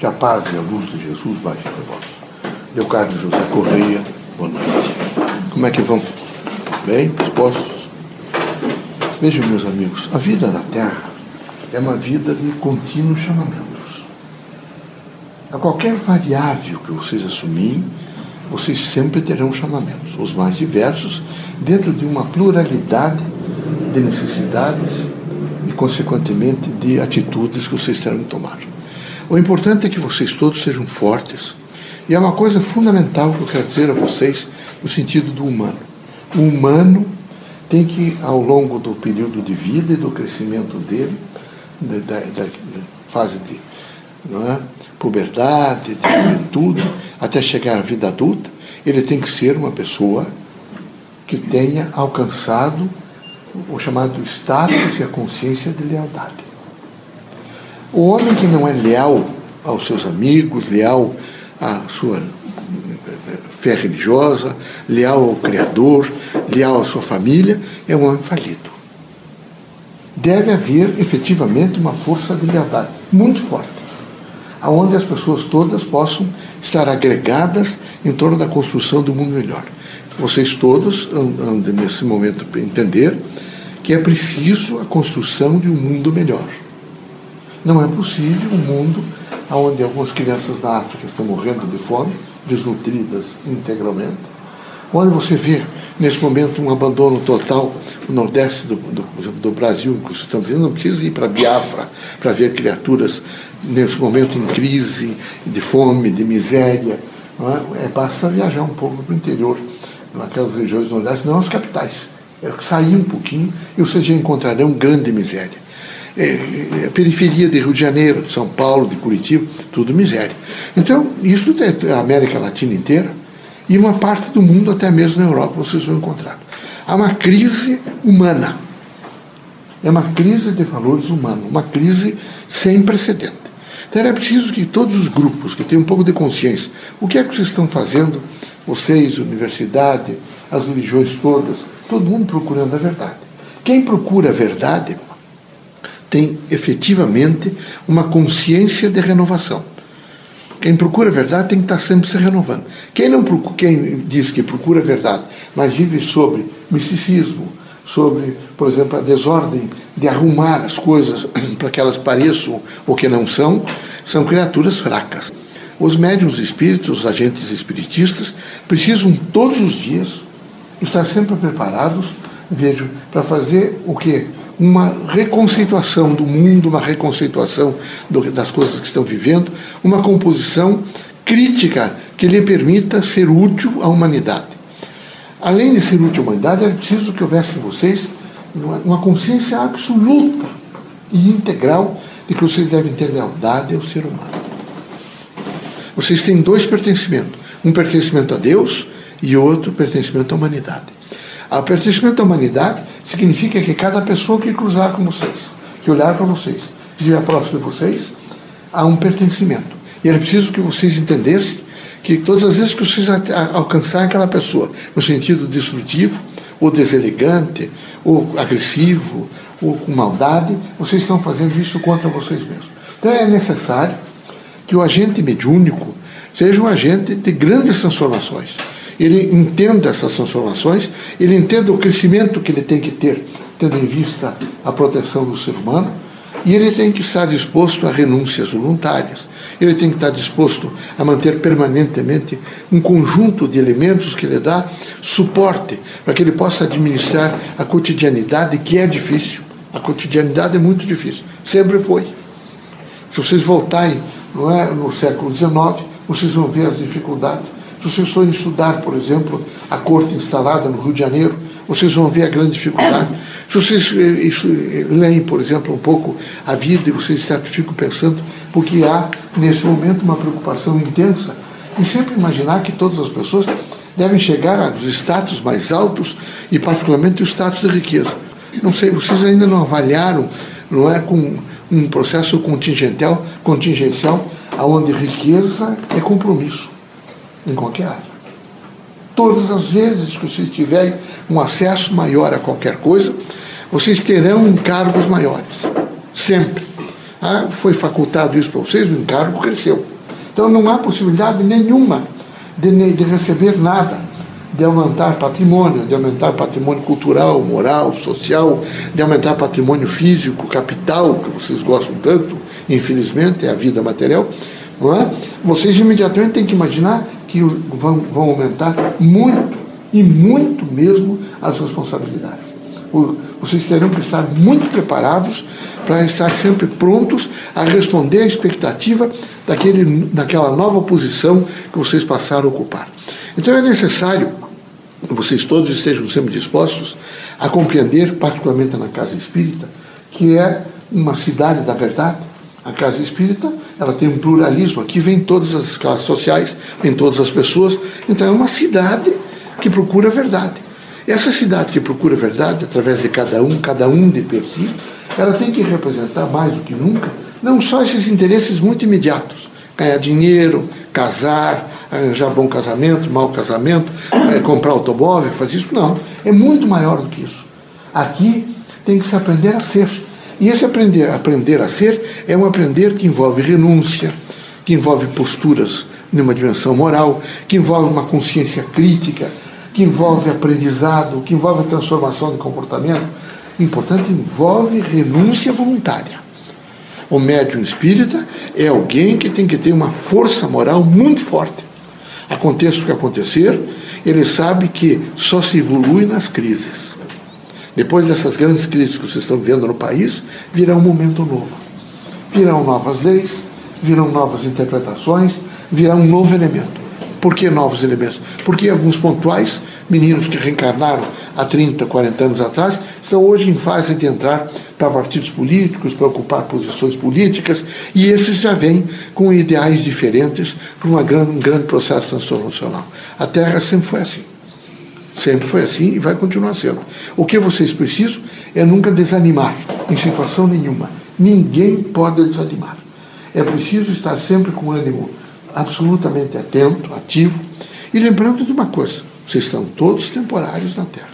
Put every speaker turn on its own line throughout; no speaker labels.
Que a paz e a luz de Jesus baixe até vós. Leocádio José Correia, boa noite. Como é que vão? Bem, dispostos? Vejam, meus amigos, a vida na Terra é uma vida de contínuos chamamentos. A qualquer variável que vocês assumirem, vocês sempre terão chamamentos, os mais diversos, dentro de uma pluralidade de necessidades e, consequentemente, de atitudes que vocês terão que tomar. O importante é que vocês todos sejam fortes. E é uma coisa fundamental que eu quero dizer a vocês no sentido do humano. O humano tem que, ao longo do período de vida e do crescimento dele, da fase de puberdade, de juventude, até chegar à vida adulta, ele tem que ser uma pessoa que tenha alcançado o chamado status e a consciência de lealdade. O homem que não é leal aos seus amigos, leal à sua fé religiosa, leal ao Criador, leal à sua família, é um homem falido. Deve haver, efetivamente, uma força de lealdade muito forte, onde as pessoas todas possam estar agregadas em torno da construção do mundo melhor. Vocês todos hão de, nesse momento, entender que é preciso a construção de um mundo melhor. Não é possível um mundo onde algumas crianças da África estão morrendo de fome, desnutridas integralmente, onde você vê, nesse momento, um abandono total no nordeste do Brasil, que vocês estão vendo, não precisa ir para Biafra para ver criaturas, nesse momento, em crise, de fome, de miséria. Basta viajar um pouco para o interior, naquelas regiões do nordeste, não as capitais. Sair um pouquinho e vocês já encontrarão grande miséria. A periferia de Rio de Janeiro, de São Paulo, de Curitiba, tudo miséria. Então, isso é a América Latina inteira e uma parte do mundo, até mesmo na Europa, vocês vão encontrar. Há uma crise humana. É uma crise de valores humanos, uma crise sem precedente. Então, é preciso que todos os grupos que têm um pouco de consciência, o que é que vocês estão fazendo, vocês, universidade, as religiões todas, todo mundo procurando a verdade. Quem procura a verdade tem efetivamente uma consciência de renovação. Quem procura a verdade tem que estar sempre se renovando. Quem diz que procura a verdade, mas vive sobre misticismo, sobre, por exemplo, a desordem de arrumar as coisas para que elas pareçam o que não são, são criaturas fracas. Os médiuns espíritos, os agentes espiritistas, precisam todos os dias estar sempre preparados, vejo, para fazer o quê? Uma reconceituação do mundo, uma reconceituação das coisas que estão vivendo, uma composição crítica que lhe permita ser útil à humanidade. Além de ser útil à humanidade, era preciso que houvesse em vocês uma consciência absoluta e integral de que vocês devem ter lealdade ao ser humano. Vocês têm dois pertencimentos, um pertencimento a Deus e outro pertencimento à humanidade. O pertencimento à humanidade significa que cada pessoa que cruzar com vocês, que olhar para vocês, que estiver próximo de vocês, há um pertencimento. E era preciso que vocês entendessem que todas as vezes que vocês alcançarem aquela pessoa no sentido destrutivo, ou deselegante, ou agressivo, ou com maldade, vocês estão fazendo isso contra vocês mesmos. Então é necessário que o agente mediúnico seja um agente de grandes transformações. Ele entenda essas transformações, ele entenda o crescimento que ele tem que ter, tendo em vista a proteção do ser humano, e ele tem que estar disposto a renúncias voluntárias, ele tem que estar disposto a manter permanentemente um conjunto de elementos que lhe dá suporte, para que ele possa administrar a cotidianidade, que é difícil. A cotidianidade é muito difícil, sempre foi. Se vocês voltarem no século XIX, vocês vão ver as dificuldades. Se vocês forem estudar, por exemplo, a corte instalada no Rio de Janeiro, vocês vão ver a grande dificuldade. Se vocês leem, por exemplo, um pouco a vida e vocês ficam pensando, porque há, nesse momento, uma preocupação intensa em sempre imaginar que todas as pessoas devem chegar aos status mais altos e, particularmente, o status de riqueza. Não sei, vocês ainda não avaliaram, não é, com um processo contingencial, onde riqueza é compromisso. Em qualquer área. Todas as vezes que vocês tiverem um acesso maior a qualquer coisa, vocês terão encargos maiores. Sempre. Foi facultado isso para vocês, o encargo cresceu. Então não há possibilidade nenhuma de receber nada, de aumentar patrimônio, de aumentar patrimônio cultural, moral, social, de aumentar patrimônio físico, capital, que vocês gostam tanto, infelizmente, é a vida material, não é? Vocês imediatamente têm que imaginar que vão aumentar muito, e muito mesmo, as responsabilidades. Vocês terão que estar muito preparados para estar sempre prontos a responder à expectativa daquela nova posição que vocês passaram a ocupar. Então é necessário que vocês todos estejam sempre dispostos a compreender, particularmente na Casa Espírita, que é uma cidade da verdade. A Casa Espírita, ela tem um pluralismo, aqui vem todas as classes sociais, vem todas as pessoas, então é uma cidade que procura a verdade. Essa cidade que procura a verdade, através de cada um de per si, ela tem que representar mais do que nunca, não só esses interesses muito imediatos, ganhar dinheiro, casar, arranjar bom casamento, mau casamento, comprar automóvel, fazer isso, não, é muito maior do que isso. Aqui tem que se aprender a ser. E esse aprender a ser é um aprender que envolve renúncia, que envolve posturas numa dimensão moral, que envolve uma consciência crítica, que envolve aprendizado, que envolve transformação de comportamento. Importante, envolve renúncia voluntária. O médium espírita é alguém que tem que ter uma força moral muito forte. Aconteça o que acontecer, ele sabe que só se evolui nas crises. Depois dessas grandes crises que vocês estão vendo no país, virá um momento novo. Virão novas leis, virão novas interpretações, virá um novo elemento. Por que novos elementos? Porque alguns pontuais, meninos que reencarnaram há 30, 40 anos atrás, estão hoje em fase de entrar para partidos políticos, para ocupar posições políticas, e esses já vêm com ideais diferentes para um grande processo transformacional. A Terra sempre foi assim. Sempre foi assim e vai continuar sendo. O que vocês precisam é nunca desanimar, em situação nenhuma. Ninguém pode desanimar. É preciso estar sempre com ânimo absolutamente atento, ativo, e lembrando de uma coisa: vocês estão todos temporários na Terra.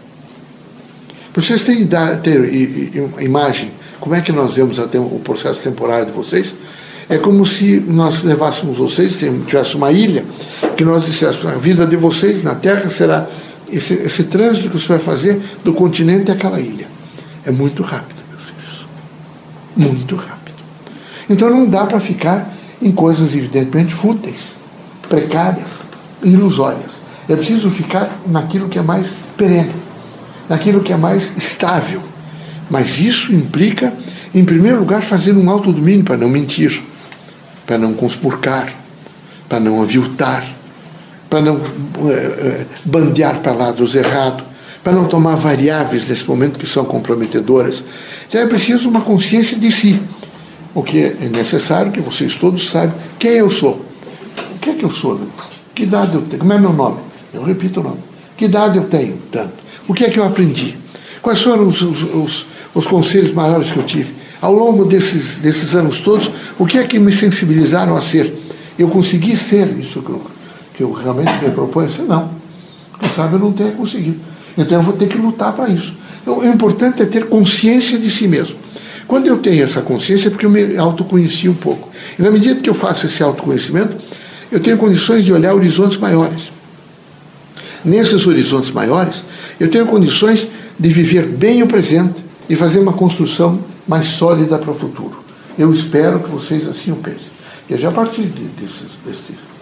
Para vocês terem uma imagem, como é que nós vemos o processo temporário de vocês, é como se nós levássemos vocês, tivesse uma ilha, que nós disséssemos: a vida de vocês na Terra será esse trânsito que você vai fazer do continente àquela ilha. É muito rápido, meus filhos. Muito rápido. Então não dá para ficar em coisas evidentemente fúteis, precárias, ilusórias. É preciso ficar naquilo que é mais perene, naquilo que é mais estável. Mas isso implica, em primeiro lugar, fazer um autodomínio para não mentir, para não conspurcar, para não aviltar, para não bandear para lados errados, para não tomar variáveis nesse momento que são comprometedoras. Então é preciso uma consciência de si. O que é necessário que vocês todos saibam quem eu sou. O que é que eu sou? Que idade eu tenho? Como é meu nome? Eu repito o nome. Que idade eu tenho? Tanto. O que é que eu aprendi? Quais foram os conselhos maiores que eu tive? Ao longo desses anos todos, o que é que me sensibilizaram a ser? Eu consegui ser isso que eu realmente me proponho a ser? Não. Quem sabe eu não tenha conseguido. Então eu vou ter que lutar para isso. Então, o importante é ter consciência de si mesmo. Quando eu tenho essa consciência, é porque eu me autoconheci um pouco. E na medida que eu faço esse autoconhecimento, eu tenho condições de olhar horizontes maiores. Nesses horizontes maiores, eu tenho condições de viver bem o presente e fazer uma construção mais sólida para o futuro. Eu espero que vocês assim o pensem. E já a partir desse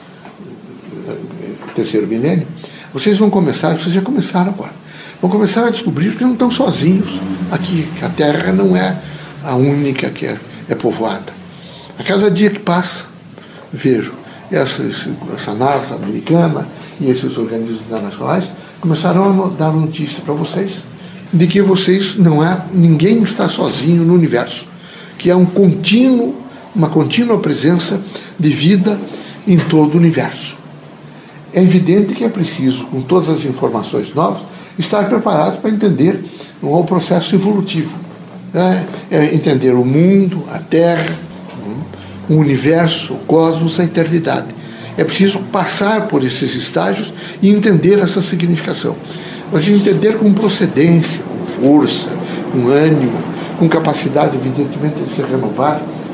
terceiro milênio, vocês vão começar, vocês já começaram agora, vão começar a descobrir que não estão sozinhos aqui, que a Terra não é a única que é povoada. A cada dia que passa, vejo essa NASA americana e esses organismos internacionais começaram a dar notícia para vocês de que ninguém está sozinho no universo, que é uma contínua presença de vida em todo o universo. É evidente que é preciso, com todas as informações novas, estar preparado para entender o processo evolutivo. Entender o mundo, a Terra, o universo, o cosmos, a eternidade. É preciso passar por esses estágios e entender essa significação. Mas entender com procedência, com força, com ânimo, com capacidade, evidentemente, de se renovar.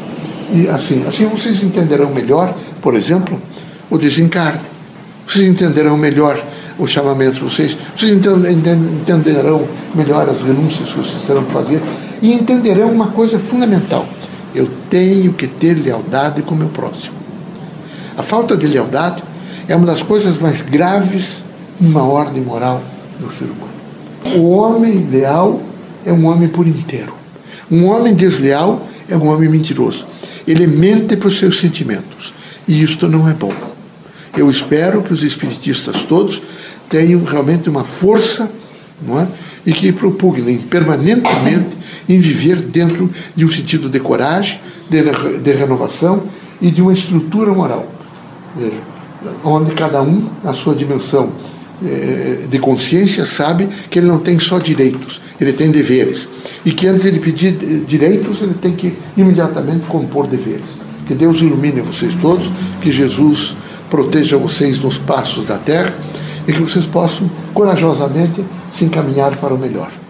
E assim vocês entenderão melhor, por exemplo, o desencarne. Vocês entenderão melhor o chamamento, vocês entenderão melhor as renúncias que vocês terão que fazer e entenderão uma coisa fundamental: eu tenho que ter lealdade com o meu próximo. A falta de lealdade é uma das coisas mais graves numa ordem moral do ser humano. O homem leal é um homem por inteiro. Um homem desleal é um homem mentiroso. Ele mente para os seus sentimentos. E isto não é bom. Eu espero que os espiritistas todos tenham realmente uma força, não é? E que propugnem permanentemente em viver dentro de um sentido de coragem, de renovação e de uma estrutura moral. Veja, onde cada um, na sua dimensão de consciência, sabe que ele não tem só direitos, ele tem deveres. E que antes de ele pedir direitos, ele tem que imediatamente compor deveres. Que Deus ilumine vocês todos, que Jesus proteja vocês nos passos da terra e que vocês possam corajosamente se encaminhar para o melhor.